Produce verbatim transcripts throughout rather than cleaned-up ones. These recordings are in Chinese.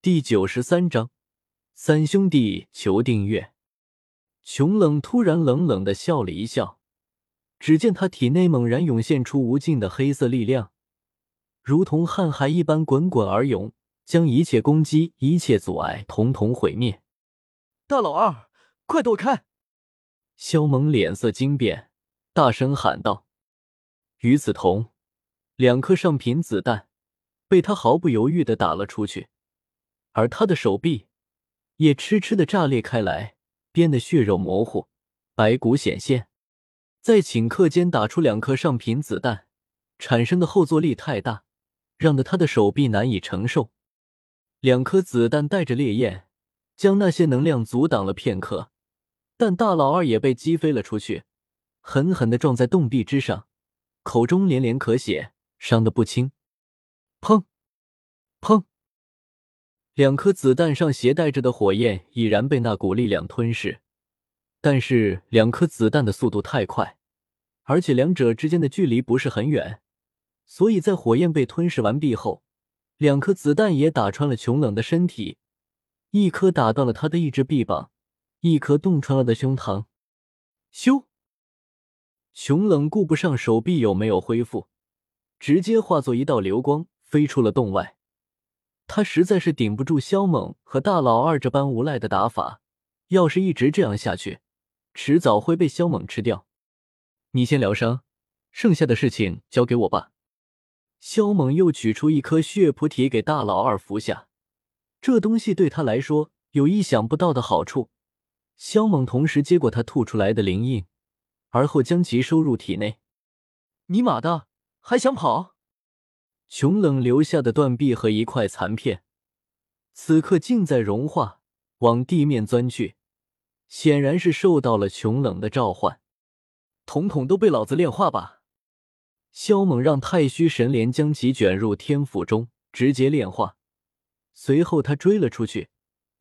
第九十三章，三兄弟求订阅。穷冷突然冷冷地笑了一笑，只见他体内猛然涌现出无尽的黑色力量，如同瀚海一般滚滚而涌，将一切攻击、一切阻碍统统毁灭。 大老二，快躲开！ 萧猛脸色惊变，大声喊道。与此同，两颗上品子弹被他毫不犹豫地打了出去，而他的手臂也痴痴地炸裂开来，变得血肉模糊，白骨显现。在顷刻间打出两颗上品子弹，产生的后坐力太大，让得他的手臂难以承受。两颗子弹带着烈焰，将那些能量阻挡了片刻，但大老二也被击飞了出去，狠狠地撞在洞壁之上，口中连连咳血，伤得不轻。砰砰，两颗子弹上携带着的火焰已然被那股力量吞噬，但是两颗子弹的速度太快，而且两者之间的距离不是很远，所以在火焰被吞噬完毕后，两颗子弹也打穿了穷冷的身体，一颗打到了他的一只臂膀，一颗洞穿了的胸膛。咻！穷冷顾不上手臂有没有恢复，直接化作一道流光飞出了洞外。他实在是顶不住萧猛和大老二这般无赖的打法，要是一直这样下去，迟早会被萧猛吃掉。你先疗伤，剩下的事情交给我吧。萧猛又取出一颗血菩提给大老二服下，这东西对他来说有意想不到的好处。萧猛同时接过他吐出来的灵印，而后将其收入体内。 你妈的，还想跑？ 穷冷留下的断臂和一块残片，此刻竟在融化，往地面钻去，显然是受到了穷冷的召唤。 统统都被老子炼化吧！ 萧猛让太虚神莲将其卷入天府中，直接炼化。随后他追了出去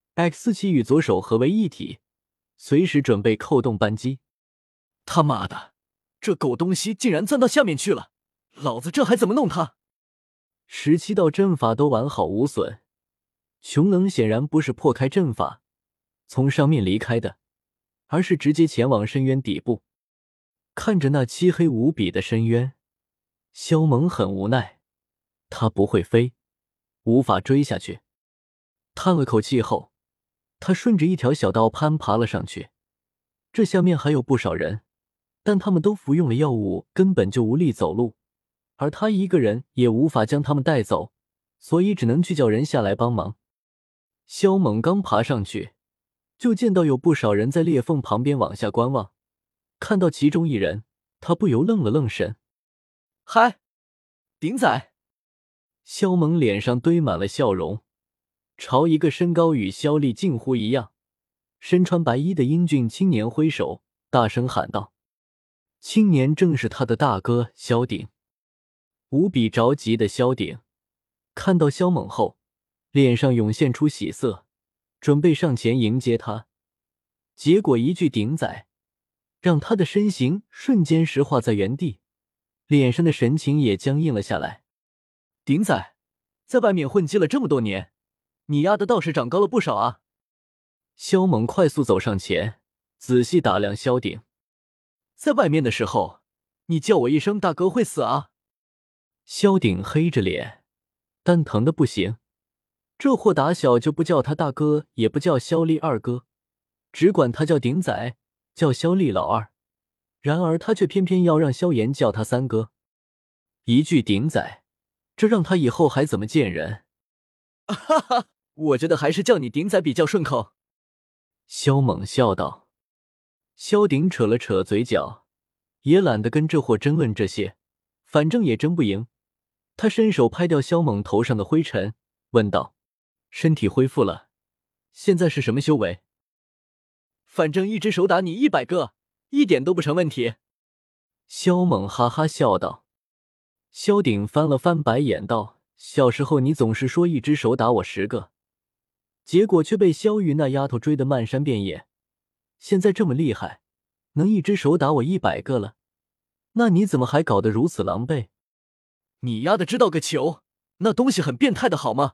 ，X 七与左手合为一体，随时准备扣动扳机。 他妈的，这狗东西竟然钻到下面去了！老子这还怎么弄他？ 十七道阵法都完好无损，穷冷显然不是破开阵法从上面离开的，而是直接前往深渊底部。看着那漆黑无比的深渊，萧猛很无奈，他不会飞，无法追下去。叹了口气后，他顺着一条小道攀爬了上去。这下面还有不少人，但他们都服用了药物，根本就无力走路，而他一个人也无法将他们带走，所以只能去叫人下来帮忙。萧猛刚爬上去，就见到有不少人在裂缝旁边往下观望。看到其中一人，他不由愣了愣神。 嗨，顶仔！ 萧猛脸上堆满了笑容，朝一个身高与萧厉近乎一样，身穿白衣的英俊青年挥手，大声喊道。青年正是他的大哥萧鼎。无比着急的萧鼎看到萧猛后，脸上涌现出喜色，准备上前迎接他。结果一句顶仔，让他的身形瞬间石化在原地，脸上的神情也僵硬了下来。 顶仔，在外面混迹了这么多年，你丫的倒是长高了不少啊！ 萧猛快速走上前，仔细打量萧鼎。 在外面的时候，你叫我一声大哥会死啊！ 萧鼎黑着脸，但疼得不行。这货打小就不叫他大哥，也不叫萧厉二哥，只管他叫鼎仔，叫萧厉老二。然而他却偏偏要让萧炎叫他三哥。一句鼎仔，这让他以后还怎么见人？ 哈哈，我觉得还是叫你鼎仔比较顺口。 萧猛笑道。萧鼎扯了扯嘴角，也懒得跟这货争论这些，反正也争不赢。他伸手拍掉萧猛头上的灰尘，问道：身体恢复了，现在是什么修为？ 反正一只手打你一百个，一点都不成问题。 萧猛哈哈笑道。萧鼎翻了翻白眼道：小时候你总是说一只手打我十个，结果却被萧玉那丫头追得漫山遍野，现在这么厉害，能一只手打我一百个了，那你怎么还搞得如此狼狈？ 你丫的知道个球，那东西很变态的好吗？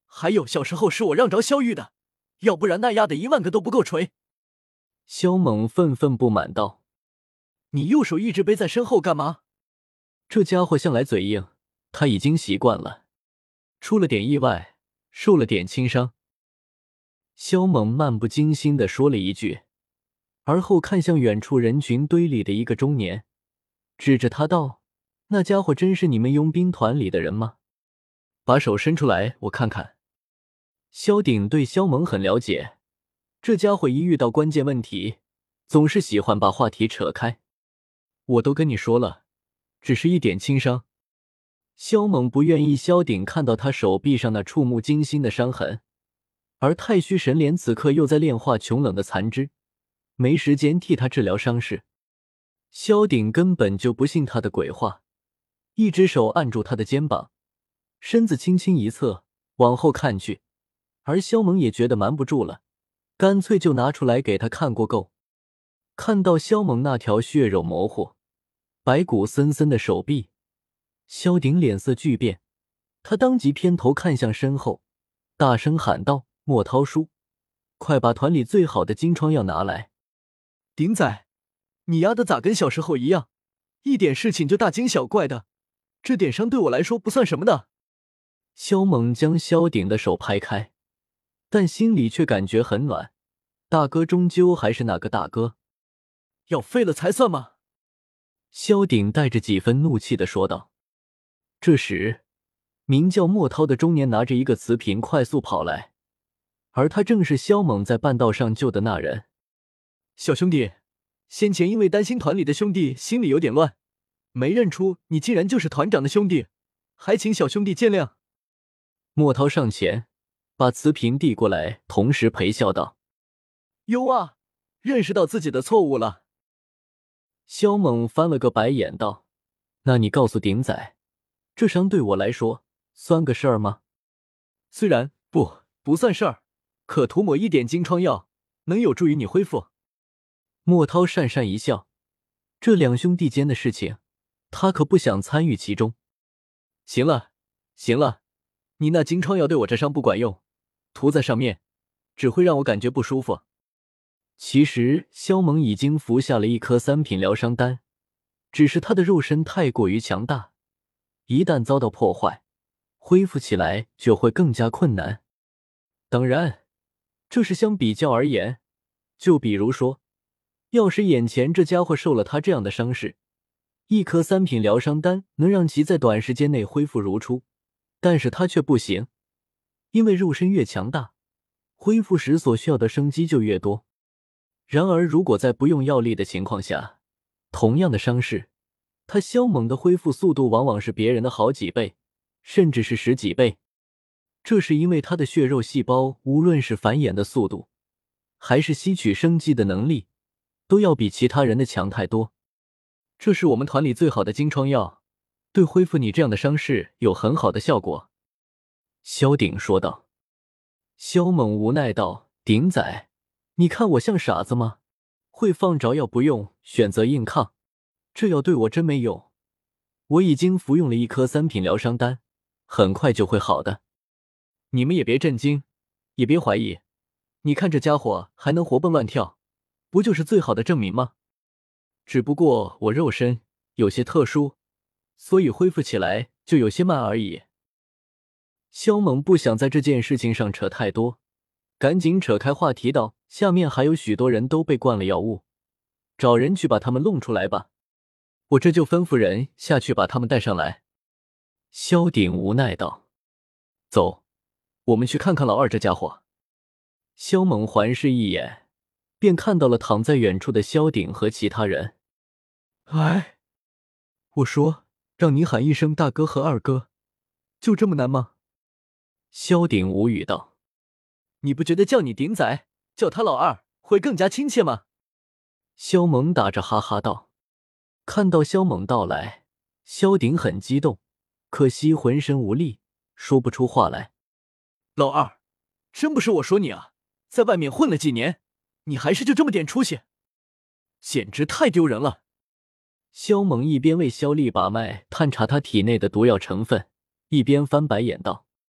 还有小时候是我让着萧玉的，要不然那丫的一万个都不够锤。 萧猛愤愤不满道： 你右手一直背在身后干嘛？ 这家伙向来嘴硬，他已经习惯了，出了点意外，受了点轻伤。萧猛漫不经心地说了一句，而后看向远处人群堆里的一个中年，指着他道：那家伙真是你们佣兵团里的人吗？把手伸出来我看看。萧鼎对萧猛很了解，这家伙一遇到关键问题，总是喜欢把话题扯开。我都跟你说了，只是一点轻伤。萧猛不愿意萧鼎看到他手臂上那触目惊心的伤痕，而太虚神莲此刻又在炼化穷冷的残肢，没时间替他治疗伤势。萧鼎根本就不信他的鬼话，一只手按住他的肩膀，身子轻轻一侧，往后看去，而萧猛也觉得瞒不住了，干脆就拿出来给他看过够。看到萧猛那条血肉模糊、白骨森森的手臂，萧鼎脸色巨变，他当即偏头看向身后，大声喊道：莫涛叔，快把团里最好的金疮药拿来。 鼎仔，你丫的咋跟小时候一样，一点事情就大惊小怪的，这点伤对我来说不算什么的。 萧猛将萧鼎的手拍开，但心里却感觉很暖，大哥终究还是那个大哥。 要废了才算吗？ 萧鼎带着几分怒气地说道。这时名叫莫涛的中年拿着一个瓷瓶快速跑来，而他正是萧猛在半道上救的那人。 小兄弟，先前因为担心团里的兄弟心里有点乱，没认出你竟然就是团长的兄弟，还请小兄弟见谅。 莫涛上前把瓷瓶递过来，同时陪笑道： 哟啊，认识到自己的错误了。 萧猛翻了个白眼道：那你告诉鼎仔，这伤对我来说算个事儿吗？ 虽然不不算事儿，可涂抹一点金疮药，能有助于你恢复。 莫涛讪讪一笑，这两兄弟间的事情，他可不想参与其中。 行了，行了，你那金疮药对我这伤不管用，涂在上面，只会让我感觉不舒服。 其实萧猛已经服下了一颗三品疗伤丹，只是他的肉身太过于强大，一旦遭到破坏，恢复起来就会更加困难。当然，这是相比较而言，就比如说，要是眼前这家伙受了他这样的伤势，一颗三品疗伤丹能让其在短时间内恢复如初，但是他却不行，因为肉身越强大，恢复时所需要的生机就越多。然而如果在不用药力的情况下，同样的伤势，他萧猛的恢复速度往往是别人的好几倍，甚至是十几倍。这是因为他的血肉细胞无论是繁衍的速度，还是吸取生机的能力，都要比其他人的强太多。这是我们团里最好的金疮药，对恢复你这样的伤势有很好的效果。萧鼎说道。萧猛无奈道：鼎仔，你看我像傻子吗？会放着药不用，选择硬抗，这药对我真没用。我已经服用了一颗三品疗伤丹，很快就会好的。你们也别震惊，也别怀疑，你看这家伙还能活蹦乱跳，不就是最好的证明吗？只不过我肉身有些特殊，所以恢复起来就有些慢而已。萧猛不想在这件事情上扯太多，赶紧扯开话题道：下面还有许多人都被灌了药物，找人去把他们弄出来吧，我这就吩咐人下去把他们带上来。萧鼎无奈道：走，我们去看看老二这家伙。萧猛环视一眼，便看到了躺在远处的萧鼎和其他人。 哎，我说让你喊一声大哥和二哥，就这么难吗？ 萧鼎无语道： 你不觉得叫你鼎仔，叫他老二会更加亲切吗？ 萧猛打着哈哈道。看到萧猛到来，萧鼎很激动，可惜浑身无力，说不出话来。 老二，真不是我说你啊，在外面混了几年，你还是就这么点出息，简直太丢人了。 萧猛一边为萧丽把脉探查他体内的毒药成分，一边翻白眼道：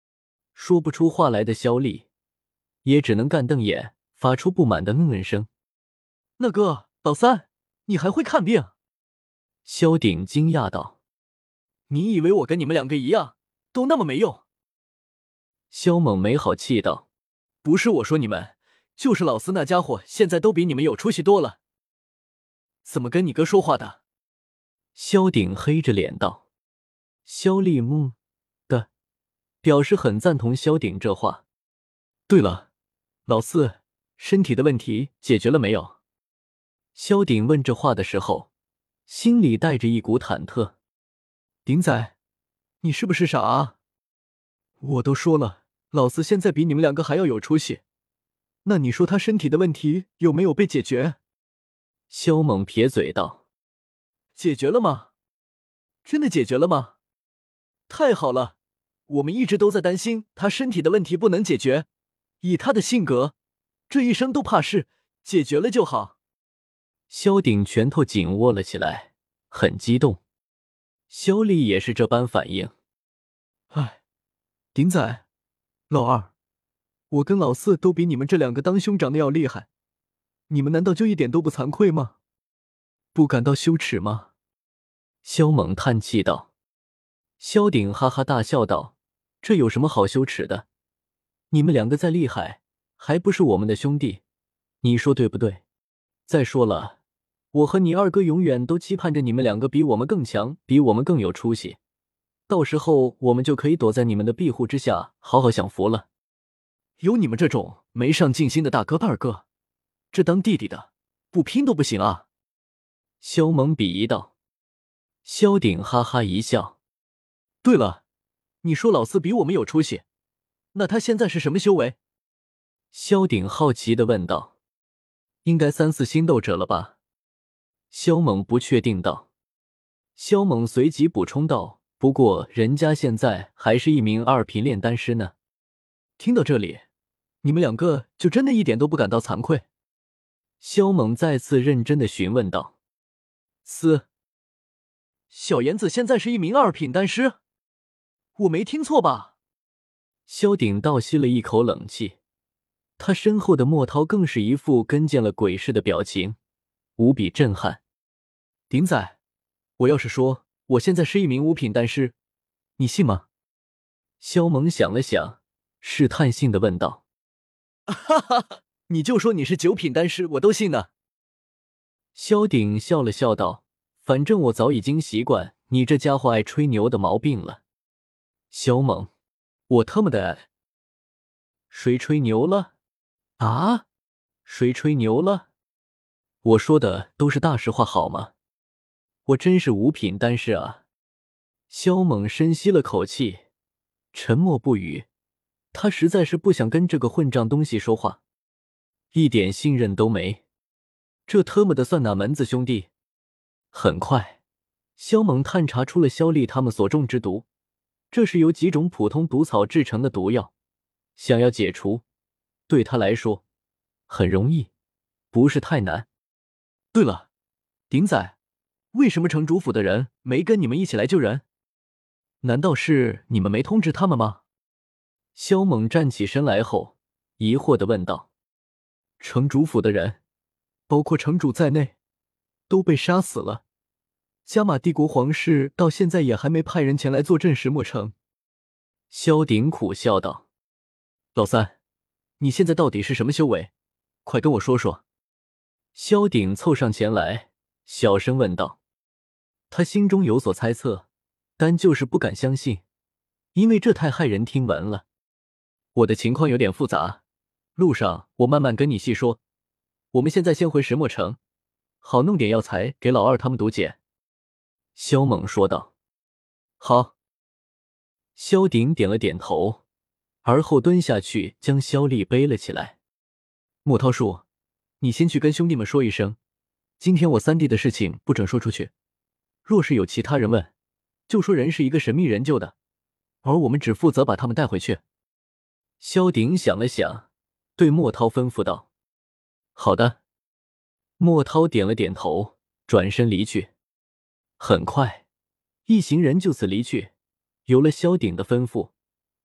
说不出话来的萧丽也只能干瞪眼，发出不满的嗯嗯声。 那个老三，你还会看病？ 萧鼎惊讶道。 你以为我跟你们两个一样，都那么没用？ 萧猛没好气道。 不是我说你们，就是老四那家伙现在都比你们有出息多了。怎么跟你哥说话的？ 萧鼎黑着脸道。萧丽木的表示很赞同萧鼎这话。 对了，老四，身体的问题解决了没有？ 萧鼎问这话的时候，心里带着一股忐忑。 鼎仔，你是不是傻啊？我都说了，老四现在比你们两个还要有出息，那你说他身体的问题有没有被解决？ 萧猛撇嘴道。 解决了吗？真的解决了吗？太好了，我们一直都在担心他身体的问题不能解决，以他的性格，这一生都怕事，解决了就好。 萧鼎拳头紧握了起来，很激动。萧丽也是这般反应。 哎，鼎仔，老二，我跟老四都比你们这两个当兄长的要厉害，你们难道就一点都不惭愧吗？不感到羞耻吗？ 萧猛叹气道。萧鼎哈哈大笑道，这有什么好羞耻的？你们两个再厉害，还不是我们的兄弟，你说对不对？再说了，我和你二哥永远都期盼着你们两个比我们更强，比我们更有出息，到时候我们就可以躲在你们的庇护之下，好好享福了。 有你们这种没上进心的大哥二哥，这当弟弟的不拼都不行啊！ 萧猛鄙夷道。萧鼎哈哈一笑。 对了，你说老四比我们有出息，那他现在是什么修为？ 萧鼎好奇地问道。应该三四星斗者了吧？萧猛不确定道。萧猛随即补充道，不过人家现在还是一名二品炼丹师呢。 听到这里，你们两个就真的一点都不感到惭愧？ 萧猛再次认真地询问道。 四，小妍子现在是一名二品丹师？我没听错吧？ 萧鼎倒吸了一口冷气，他身后的莫涛更是一副跟见了鬼似的表情，无比震撼。 鼎仔，我要是说我现在是一名五品丹师，你信吗？ 萧猛想了想，试探性地问道。 哈哈哈，你就说你是九品丹师，我都信呢。 萧鼎笑了笑道，反正我早已经习惯你这家伙爱吹牛的毛病了。萧猛， 我他妈的， 谁吹牛了？ 啊？ 谁吹牛了？我说的都是大实话好吗？我真是五品丹师啊！萧猛深吸了口气，沉默不语。他实在是不想跟这个混账东西说话，一点信任都没。这特么的算哪门子兄弟？很快，萧猛探查出了萧丽他们所中之毒，这是由几种普通毒草制成的毒药，想要解除，对他来说很容易，不是太难。 对了，鼎仔，为什么城主府的人没跟你们一起来救人？难道是你们没通知他们吗？ 萧猛站起身来后，疑惑地问道。 城主府的人，包括城主在内，都被杀死了。加玛帝国皇室到现在也还没派人前来坐镇石墨城。 萧鼎苦笑道。 老三，你现在到底是什么修为？快跟我说说。 萧鼎凑上前来，小声问道。他心中有所猜测，但就是不敢相信，因为这太骇人听闻了。我的情况有点复杂，路上我慢慢跟你细说。我们现在先回石墨城，好弄点药材给老二他们毒解。萧猛说道。好。萧鼎点了点头，而后蹲下去将萧丽背了起来。 莫涛叔，你先去跟兄弟们说一声，今天我三弟的事情不准说出去，若是有其他人问，就说人是一个神秘人救的，而我们只负责把他们带回去。 萧鼎想了想，对莫涛吩咐道。好的。莫涛点了点头，转身离去。很快，一行人就此离去。有了萧鼎的吩咐，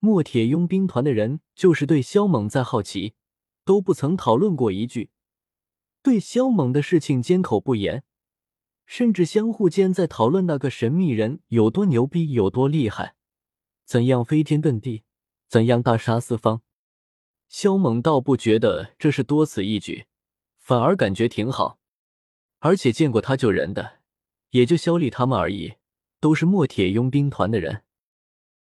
墨铁佣兵团的人就是对萧猛再好奇，都不曾讨论过一句，对萧猛的事情缄口不言，甚至相互间在讨论那个神秘人有多牛逼，有多厉害，怎样飞天遁地，怎样大杀四方。萧猛倒不觉得这是多此一举，反而感觉挺好。而且见过他救人的，也就萧厉他们而已，都是墨铁佣兵团的人。